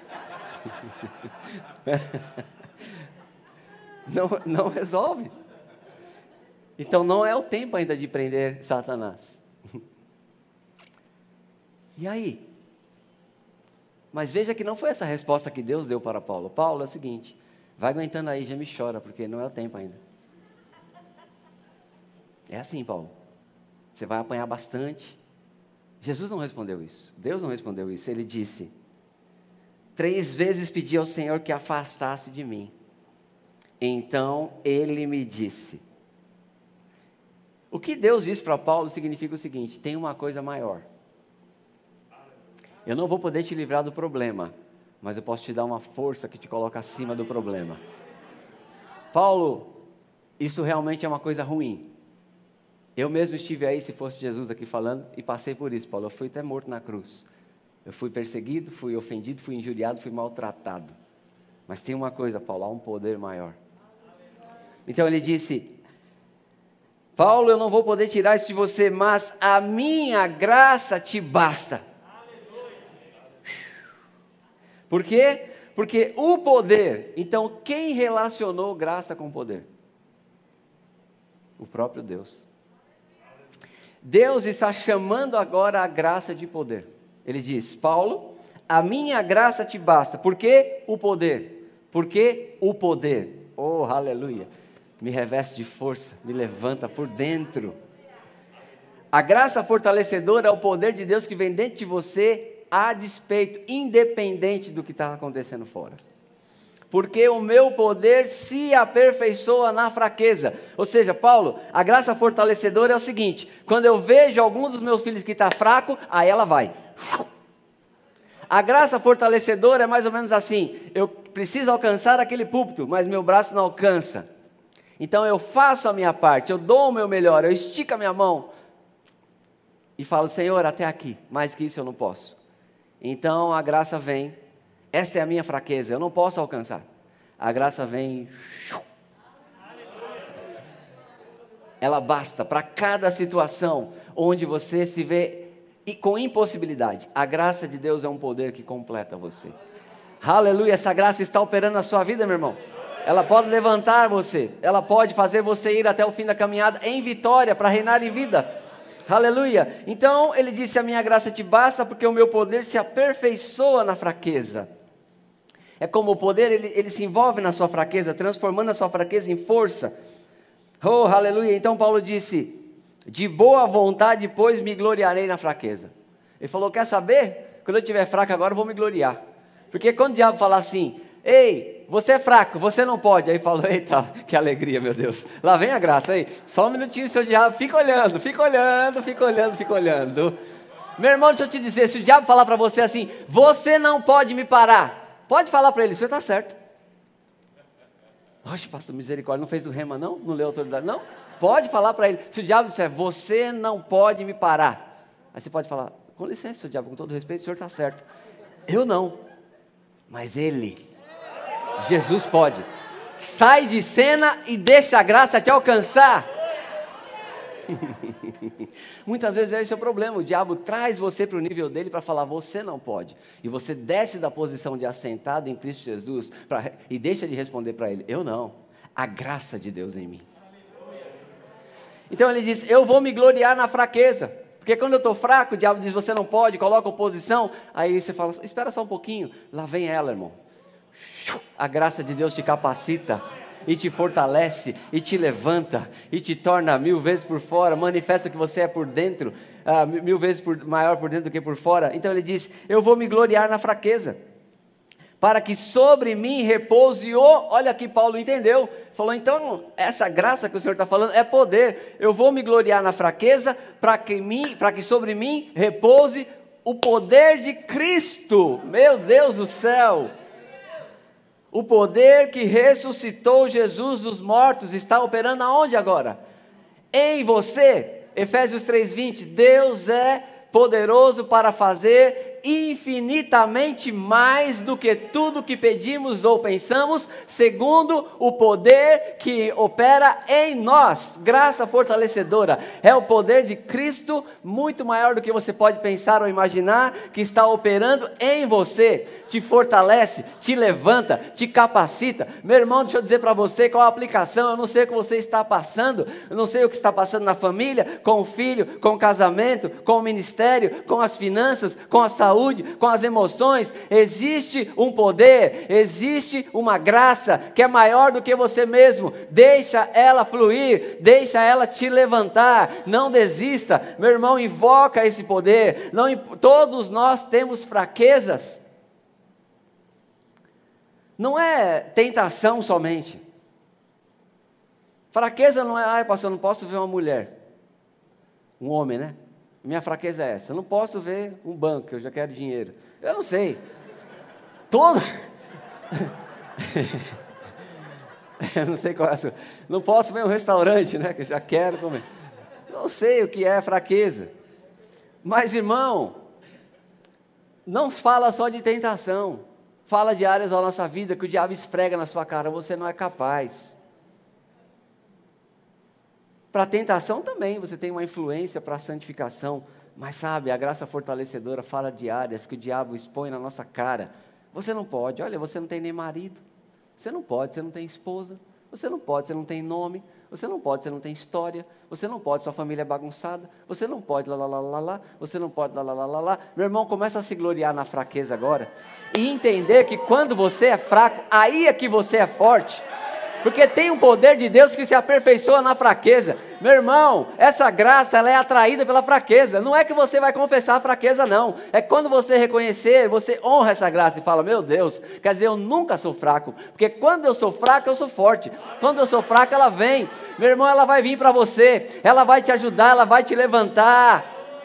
Não, não resolve. Então não é o tempo ainda de prender Satanás. E aí? Mas veja que não foi essa a resposta que Deus deu para Paulo. Paulo, é o seguinte, vai aguentando aí, já me chora, porque não é o tempo ainda. É assim, Paulo, você vai apanhar bastante. Jesus não respondeu isso, Deus não respondeu isso. Ele disse: três vezes pedi ao Senhor que afastasse de mim, então ele me disse. O que Deus disse para Paulo significa o seguinte: tem uma coisa maior. Eu não vou poder te livrar do problema, mas eu posso te dar uma força que te coloca acima do problema. Paulo, isso realmente é uma coisa ruim. Eu mesmo estive aí, se fosse Jesus aqui falando, e passei por isso, Paulo. Eu fui até morto na cruz. Eu fui perseguido, fui ofendido, fui injuriado, fui maltratado. Mas tem uma coisa, Paulo, há um poder maior. Então ele disse: Paulo, eu não vou poder tirar isso de você, mas a minha graça te basta. Por quê? Porque o poder, então quem relacionou graça com poder? O próprio Deus. Deus está chamando agora a graça de poder. Ele diz: Paulo, a minha graça te basta. Por que o poder? Porque o poder, oh aleluia, me reveste de força, me levanta por dentro. A graça fortalecedora é o poder de Deus que vem dentro de você, a despeito, independente do que está acontecendo fora. Porque o meu poder se aperfeiçoa na fraqueza. Ou seja, Paulo, a graça fortalecedora é o seguinte: quando eu vejo algum dos meus filhos que está fraco, aí ela vai. A graça fortalecedora é mais ou menos assim: eu preciso alcançar aquele púlpito, mas meu braço não alcança. Então eu faço a minha parte, eu dou o meu melhor, eu estico a minha mão e falo: Senhor, até aqui, mais que isso eu não posso. Então a graça vem, esta é a minha fraqueza, eu não posso alcançar. A graça vem, ela basta para cada situação onde você se vê com impossibilidade. A graça de Deus é um poder que completa você. Aleluia, essa graça está operando na sua vida, meu irmão. Ela pode levantar você, ela pode fazer você ir até o fim da caminhada em vitória, para reinar em vida. Aleluia. Então ele disse: a minha graça te basta, porque o meu poder se aperfeiçoa na fraqueza. É como o poder, ele, ele se envolve na sua fraqueza, transformando a sua fraqueza em força. Oh, aleluia. Então Paulo disse, de boa vontade, pois me gloriarei na fraqueza. Ele falou, quer saber? Quando eu estiver fraco agora, eu vou me gloriar. Porque quando o diabo falar assim, ei, você é fraco, você não pode. Aí falou, eita, que alegria, meu Deus. Lá vem a graça aí. Só um minutinho, seu diabo, fica olhando, fica olhando, fica olhando, fica olhando. Meu irmão, deixa eu te dizer, se o diabo falar para você assim, você não pode me parar. Pode falar para ele, você está certo. Oxe, pastor, misericórdia, não fez o rema não? Não leu a autoridade não? Pode falar para ele. Se o diabo disser, você não pode me parar. Aí você pode falar, com licença, seu diabo, com todo respeito, o senhor está certo. Eu não, mas ele, Jesus pode. Sai de cena e deixa a graça te alcançar. Muitas vezes esse é o problema, o diabo traz você para o nível dele para falar, você não pode, e você desce da posição de assentado em Cristo Jesus pra, e deixa de responder para ele, eu não, a graça de Deus em mim. Então ele diz, eu vou me gloriar na fraqueza, porque quando eu estou fraco, o diabo diz, você não pode, coloca oposição, aí você fala, espera só um pouquinho, lá vem ela, irmão, a graça de Deus te capacita, e te fortalece, e te levanta, e te torna mil vezes por fora, manifesta que você é por dentro, uh, mil vezes por, maior por dentro do que por fora. Então ele diz, eu vou me gloriar na fraqueza, para que sobre mim repouse o, olha aqui Paulo entendeu, falou então, essa graça que o Senhor está falando é poder, eu vou me gloriar na fraqueza, para que, mim, para que sobre mim repouse o poder de Cristo, meu Deus do céu. O poder que ressuscitou Jesus dos mortos está operando aonde agora? Em você. Efésios três, vinte. Deus é poderoso para fazer infinitamente mais do que tudo que pedimos ou pensamos, segundo o poder que opera em nós. Graça fortalecedora. É o poder de Cristo, muito maior do que você pode pensar ou imaginar, que está operando em você. Te fortalece, te levanta, te capacita. Meu irmão, deixa eu dizer para você qual a aplicação. Eu não sei o que você está passando, eu não sei o que está passando na família, com o filho, com o casamento, com o ministério, com as finanças, com a saúde, com as emoções. Existe um poder, existe uma graça que é maior do que você mesmo. Deixa ela fluir, deixa ela te levantar, não desista. Meu irmão, invoca esse poder. Não, todos nós temos fraquezas. Não é tentação somente. Fraqueza não é, ai pastor, eu não posso ver uma mulher, um homem, né? Minha fraqueza é essa, eu não posso ver um banco, eu já quero dinheiro. Eu não sei. Todo... eu não sei qual é a sua... Não posso ver um restaurante, né? Que eu já quero comer. Não sei o que é fraqueza. Mas, irmão, não fala só de tentação. Fala de áreas da nossa vida que o diabo esfrega na sua cara. Você não é capaz. Para a tentação também, você tem uma influência para a santificação, mas sabe, a graça fortalecedora fala de áreas que o diabo expõe na nossa cara. Você não pode, olha, você não tem nem marido, você não pode, você não tem esposa, você não pode, você não tem nome, você não pode, você não tem história, você não pode, sua família é bagunçada, você não pode, lá, lá, lá, lá, lá, você não pode, lá, lá, lá, lá, lá. Meu irmão, começa a se gloriar na fraqueza agora, e entender que quando você é fraco, aí é que você é forte. Porque tem um poder de Deus que se aperfeiçoa na fraqueza. Meu irmão, essa graça ela é atraída pela fraqueza. Não é que você vai confessar a fraqueza não. É quando você reconhecer, você honra essa graça e fala, meu Deus, quer dizer, eu nunca sou fraco. Porque quando eu sou fraco, eu sou forte. Quando eu sou fraco, ela vem. Meu irmão, ela vai vir para você. Ela vai te ajudar, ela vai te levantar.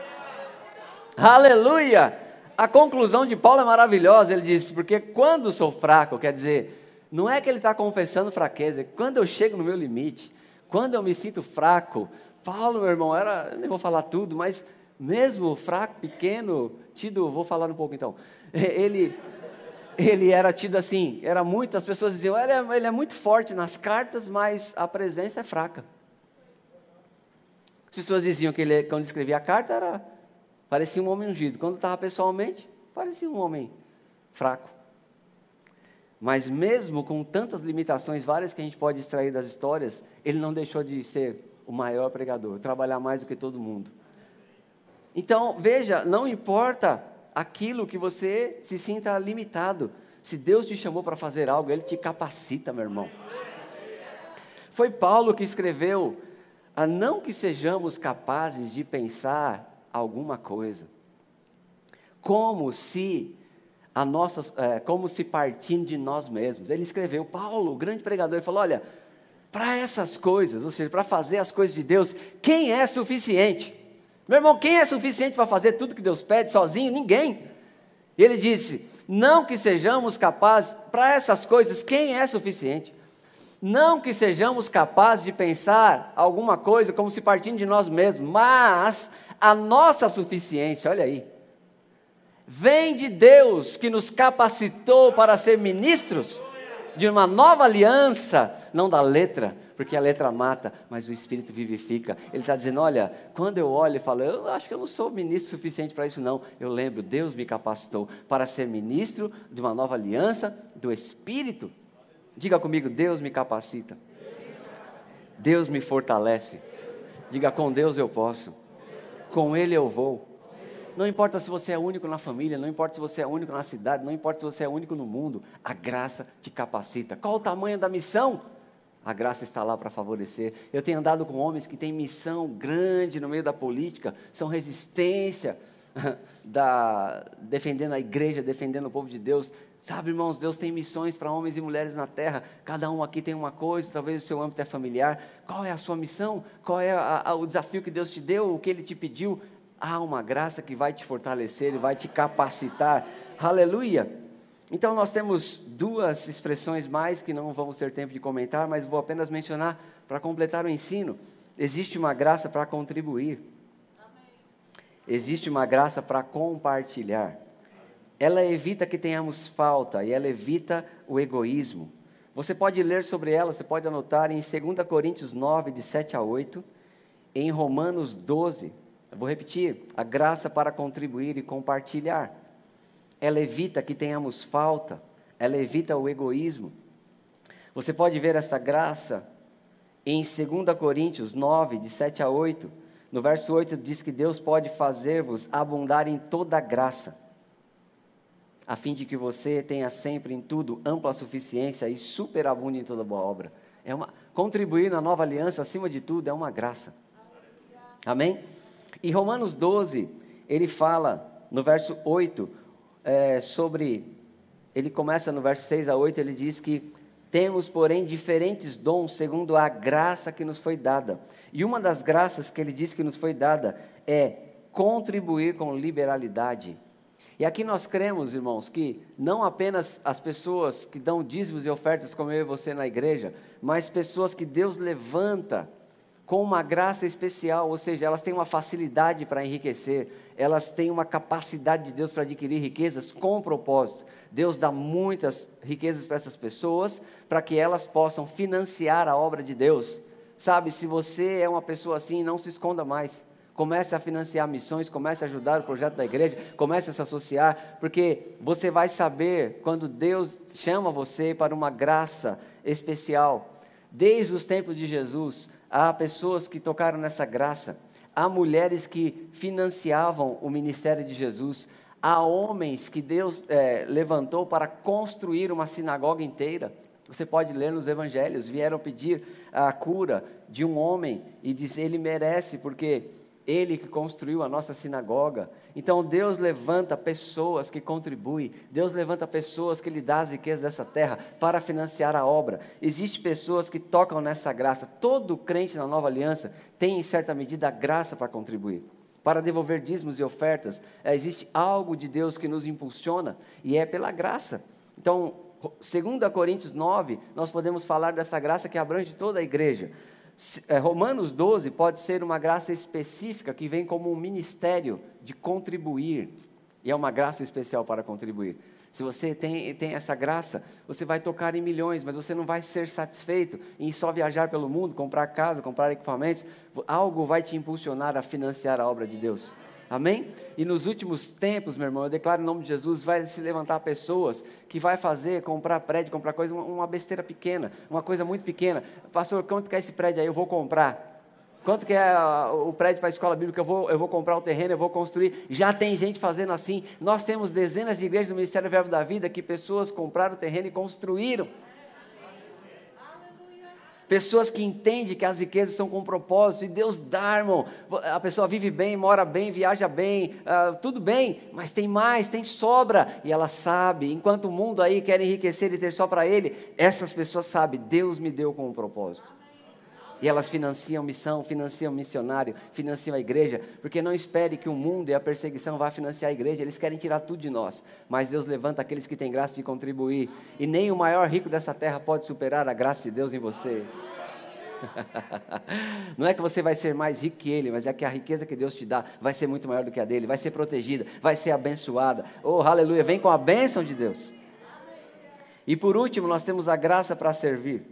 Aleluia! A conclusão de Paulo é maravilhosa. Ele diz, porque quando sou fraco, quer dizer... Não é que ele está confessando fraqueza, é quando eu chego no meu limite, quando eu me sinto fraco. Paulo, meu irmão, era, eu nem vou falar tudo, mas mesmo fraco, pequeno, tido, vou falar um pouco então, ele, ele era tido assim, era muito, as pessoas diziam, ele é, ele é muito forte nas cartas, mas a presença é fraca. As pessoas diziam que ele, quando escrevia a carta, era, parecia um homem ungido, quando estava pessoalmente, parecia um homem fraco. Mas mesmo com tantas limitações, várias que a gente pode extrair das histórias, ele não deixou de ser o maior pregador, trabalhar mais do que todo mundo. Então, veja, não importa aquilo que você se sinta limitado, Se Deus te chamou para fazer algo, Ele te capacita, meu irmão. Foi Paulo que escreveu, a não que sejamos capazes de pensar alguma coisa, como se a nossa, é, como se partindo de nós mesmos. Ele escreveu, Paulo, o grande pregador, ele falou, olha, para essas coisas, ou seja, para fazer as coisas de Deus, quem é suficiente? Meu irmão, quem é suficiente para fazer tudo que Deus pede sozinho? Ninguém. E ele disse, não que sejamos capazes, para essas coisas, quem é suficiente? Não que sejamos capazes de pensar alguma coisa como se partindo de nós mesmos, mas a nossa suficiência, olha aí, vem de Deus que nos capacitou para ser ministros de uma nova aliança, não da letra, porque a letra mata, mas o Espírito vivifica. Ele está dizendo, olha, quando eu olho e falo, eu acho que eu não sou ministro suficiente para isso não, eu lembro, Deus me capacitou para ser ministro de uma nova aliança, do Espírito. Diga comigo, Deus me capacita, Deus me fortalece. Diga, com Deus eu posso, com Ele eu vou. Não importa se você é único na família, não importa se você é único na cidade, não importa se você é único no mundo, a graça te capacita. Qual o tamanho da missão? A graça está lá para favorecer. Eu tenho andado com homens que têm missão grande no meio da política, são resistência, da, defendendo a igreja, defendendo o povo de Deus. Sabe, irmãos, Deus tem missões para homens e mulheres na terra, cada um aqui tem uma coisa, talvez o seu âmbito é familiar. Qual é a sua missão? Qual é a, a, o desafio que Deus te deu, o que Ele te pediu? Há uma graça que vai te fortalecer e vai te capacitar. Aleluia! Então nós temos duas expressões mais que não vamos ter tempo de comentar, mas vou apenas mencionar para completar o ensino. Existe uma graça para contribuir. Existe uma graça para compartilhar. Ela evita que tenhamos falta e ela evita o egoísmo. Você pode ler sobre ela, você pode anotar em dois Coríntios nove, de sete a oito, em Romanos doze. Eu vou repetir, a graça para contribuir e compartilhar. Ela evita que tenhamos falta, ela evita o egoísmo. Você pode ver essa graça em dois Coríntios nove, de sete a oito. No verso oito diz que Deus pode fazer-vos abundar em toda graça, a fim de que você tenha sempre em tudo ampla suficiência e superabunde em toda boa obra. É uma, contribuir na nova aliança, acima de tudo, é uma graça. Amém? Em Romanos doze, ele fala, no verso oito, é, sobre, ele começa no verso seis a oito, ele diz que temos, porém, diferentes dons, segundo a graça que nos foi dada. E uma das graças que ele diz que nos foi dada é contribuir com liberalidade. E aqui nós cremos, irmãos, que não apenas as pessoas que dão dízimos e ofertas, como eu e você na igreja, mas pessoas que Deus levanta com uma graça especial, ou seja, elas têm uma facilidade para enriquecer, elas têm uma capacidade de Deus para adquirir riquezas com propósito. Deus dá muitas riquezas para essas pessoas, para que elas possam financiar a obra de Deus. Sabe, se você é uma pessoa assim, não se esconda mais. Comece a financiar missões, comece a ajudar o projeto da igreja, comece a se associar, porque você vai saber quando Deus chama você para uma graça especial. Desde os tempos de Jesus, há pessoas que tocaram nessa graça, há mulheres que financiavam o ministério de Jesus, há homens que Deus é, levantou para construir uma sinagoga inteira. Você pode ler nos evangelhos, vieram pedir a cura de um homem e diz, ele merece, porque Ele que construiu a nossa sinagoga. Então Deus levanta pessoas que contribuem, Deus levanta pessoas que lhe dão as riquezas dessa terra para financiar a obra. Existem pessoas que tocam nessa graça. Todo crente na nova aliança tem em certa medida a graça para contribuir, para devolver dízimos e ofertas. Existe algo de Deus que nos impulsiona e é pela graça. Então, dois Coríntios nove, nós podemos falar dessa graça que abrange toda a igreja. Romanos doze pode ser uma graça específica que vem como um ministério de contribuir, e é uma graça especial para contribuir. Se você tem, tem essa graça, você vai tocar em milhões, mas você não vai ser satisfeito em só viajar pelo mundo, comprar casa, comprar equipamentos. Algo vai te impulsionar a financiar a obra de Deus. Amém? E nos últimos tempos, meu irmão, eu declaro em nome de Jesus, vai se levantar pessoas que vai fazer, comprar prédio, comprar coisa, uma, uma besteira pequena, uma coisa muito pequena. Pastor, quanto que é esse prédio aí? Eu vou comprar. Quanto que é o prédio para a escola bíblica? Eu vou, eu vou comprar o terreno, eu vou construir. Já tem gente fazendo assim. Nós temos dezenas de igrejas do Ministério Verbo da Vida que pessoas compraram o terreno e construíram. Pessoas que entendem que as riquezas são com propósito, e Deus dá, irmão. A pessoa vive bem, mora bem, viaja bem, uh, tudo bem, mas tem mais, tem sobra, e ela sabe, enquanto o mundo aí quer enriquecer e ter só para ele, essas pessoas sabem, Deus me deu com um propósito. E elas financiam missão, financiam missionário, financiam a igreja, porque não espere que o mundo e a perseguição vá financiar a igreja, eles querem tirar tudo de nós, mas Deus levanta aqueles que têm graça de contribuir, e nem o maior rico dessa terra pode superar a graça de Deus em você. Não é que você vai ser mais rico que ele, mas é que a riqueza que Deus te dá vai ser muito maior do que a dele, vai ser protegida, vai ser abençoada. Oh, aleluia, vem com a bênção de Deus. E por último, nós temos a graça para servir.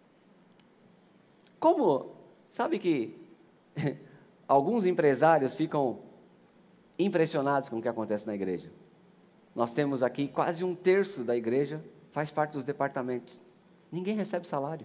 Como, sabe que alguns empresários ficam impressionados com o que acontece na igreja. Nós temos aqui quase um terço da igreja faz parte dos departamentos. Ninguém recebe salário.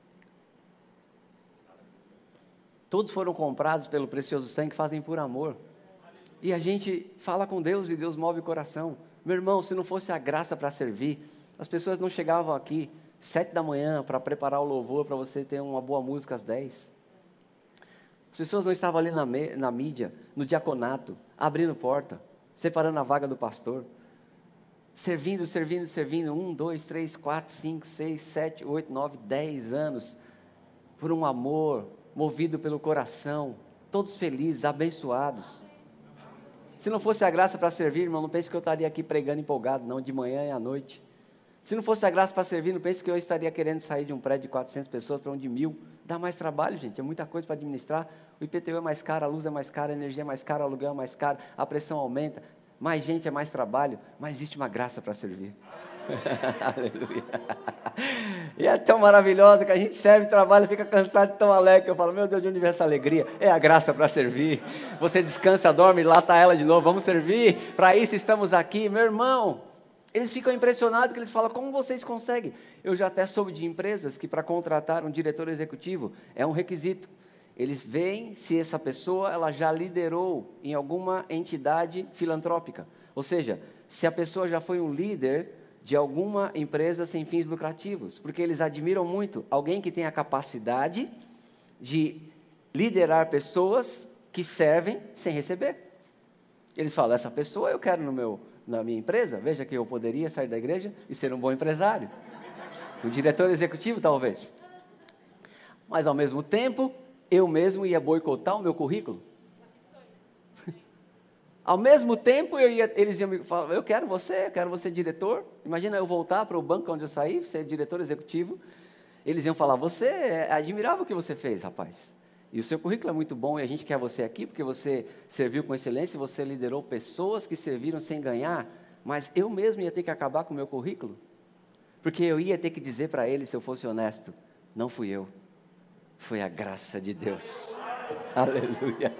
Todos foram comprados pelo precioso sangue que fazem por amor. E a gente fala com Deus e Deus move o coração. Meu irmão, se não fosse a graça para servir, as pessoas não chegavam aqui sete da manhã para preparar o louvor, para você ter uma boa música às dez. As pessoas não estavam ali na, me, na mídia, no diaconato, abrindo porta, separando a vaga do pastor, servindo, servindo, servindo, um, dois, três, quatro, cinco, seis, sete, oito, nove, dez anos, por um amor, movido pelo coração, todos felizes, abençoados. Se não fosse a graça para servir, irmão, não pense que eu estaria aqui pregando empolgado, não, de manhã e à noite. Se não fosse a graça para servir, não pense que eu estaria querendo sair de um prédio de quatrocentas pessoas para um de mil. Dá mais trabalho, gente, é muita coisa para administrar. O I P T U é mais caro, a luz é mais cara, a energia é mais cara, o aluguel é mais caro, a pressão aumenta, mais gente é mais trabalho, mas existe uma graça para servir. Aleluia. E é tão maravilhosa que a gente serve, trabalha, fica cansado, tão alegre. Eu falo, meu Deus, de onde vem essa alegria? É a graça para servir. Você descansa, dorme, lá está ela de novo, vamos servir. Para isso estamos aqui, meu irmão. Eles ficam impressionados, que eles falam, como vocês conseguem? Eu já até soube de empresas que para contratar um diretor executivo é um requisito. Eles veem se essa pessoa ela já liderou em alguma entidade filantrópica. Ou seja, se a pessoa já foi um líder de alguma empresa sem fins lucrativos. Porque eles admiram muito alguém que tem a capacidade de liderar pessoas que servem sem receber. Eles falam, essa pessoa eu quero no meu... na minha empresa, veja que eu poderia sair da igreja e ser um bom empresário, um diretor executivo talvez, mas ao mesmo tempo, eu mesmo ia boicotar o meu currículo, ao mesmo tempo, eu ia, eles iam me falar, eu quero você, eu quero você diretor, imagina eu voltar para o banco onde eu saí, ser diretor executivo, eles iam falar, você, é admirável o que você fez, rapaz, e o seu currículo é muito bom e a gente quer você aqui porque você serviu com excelência, você liderou pessoas que serviram sem ganhar, mas eu mesmo ia ter que acabar com o meu currículo, porque eu ia ter que dizer para ele, se eu fosse honesto, não fui eu, foi a graça de Deus. Aleluia.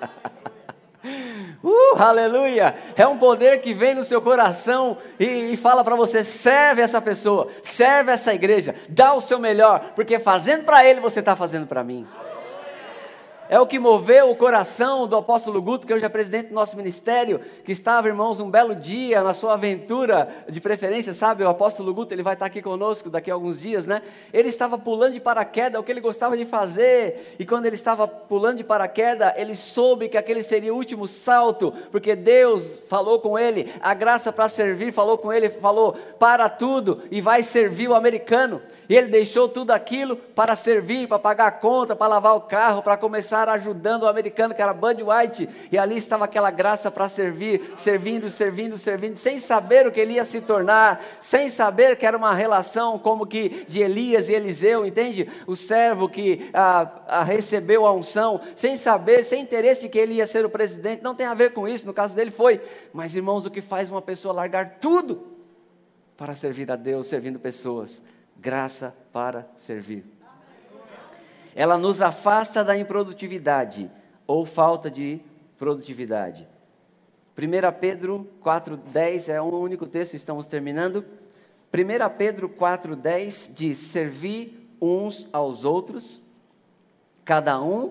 Uh, aleluia. É um poder que vem no seu coração e, e fala para você, serve essa pessoa, serve essa igreja, dá o seu melhor, porque fazendo para ele, você está fazendo para mim. É o que moveu o coração do apóstolo Guto, que hoje é presidente do nosso ministério, que estava, irmãos, um belo dia na sua aventura, de preferência, sabe, o apóstolo Guto, ele vai estar aqui conosco daqui a alguns dias, né? Ele estava pulando de paraquedas, o que ele gostava de fazer, e quando ele estava pulando de paraquedas, ele soube que aquele seria o último salto, porque Deus falou com ele, a graça para servir, falou com ele, falou, para tudo, e vai servir o americano, e ele deixou tudo aquilo para servir, para pagar a conta, para lavar o carro, para começar ajudando o americano que era Bud White, e ali estava aquela graça para servir, servindo, servindo, servindo, sem saber o que ele ia se tornar, sem saber que era uma relação como que de Elias e Eliseu, entende? O servo que ah, ah, recebeu a unção, sem saber, sem interesse de que ele ia ser o presidente, não tem a ver com isso, no caso dele foi, mas irmãos, o que faz uma pessoa largar tudo para servir a Deus, servindo pessoas, graça para servir. Ela nos afasta da improdutividade ou falta de produtividade. primeira Pedro quatro, dez é um único texto, estamos terminando. primeira Pedro quatro, dez diz, servir uns aos outros, cada um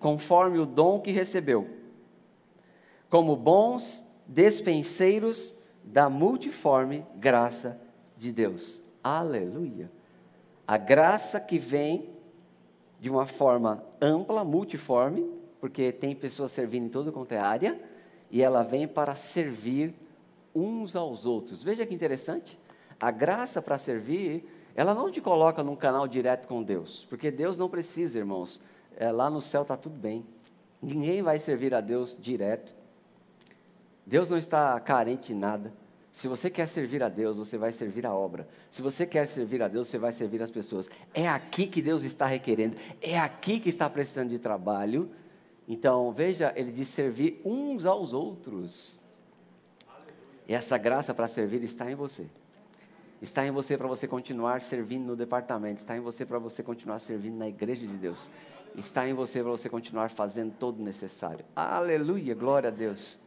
conforme o dom que recebeu, como bons despenseiros da multiforme graça de Deus. Aleluia! A graça que vem de uma forma ampla, multiforme, porque tem pessoas servindo em toda quanto é área, e ela vem para servir uns aos outros. Veja que interessante, a graça para servir, ela não te coloca num canal direto com Deus, porque Deus não precisa, irmãos, é, lá no céu está tudo bem, ninguém vai servir a Deus direto, Deus não está carente de nada. Se você quer servir a Deus, você vai servir a obra. Se você quer servir a Deus, você vai servir as pessoas. É aqui que Deus está requerendo, é aqui que está precisando de trabalho. Então, veja, ele diz servir uns aos outros. E essa graça para servir está em você. Está em você para você continuar servindo no departamento. Está em você para você continuar servindo na igreja de Deus. Está em você para você continuar fazendo todo o necessário. Aleluia, glória a Deus.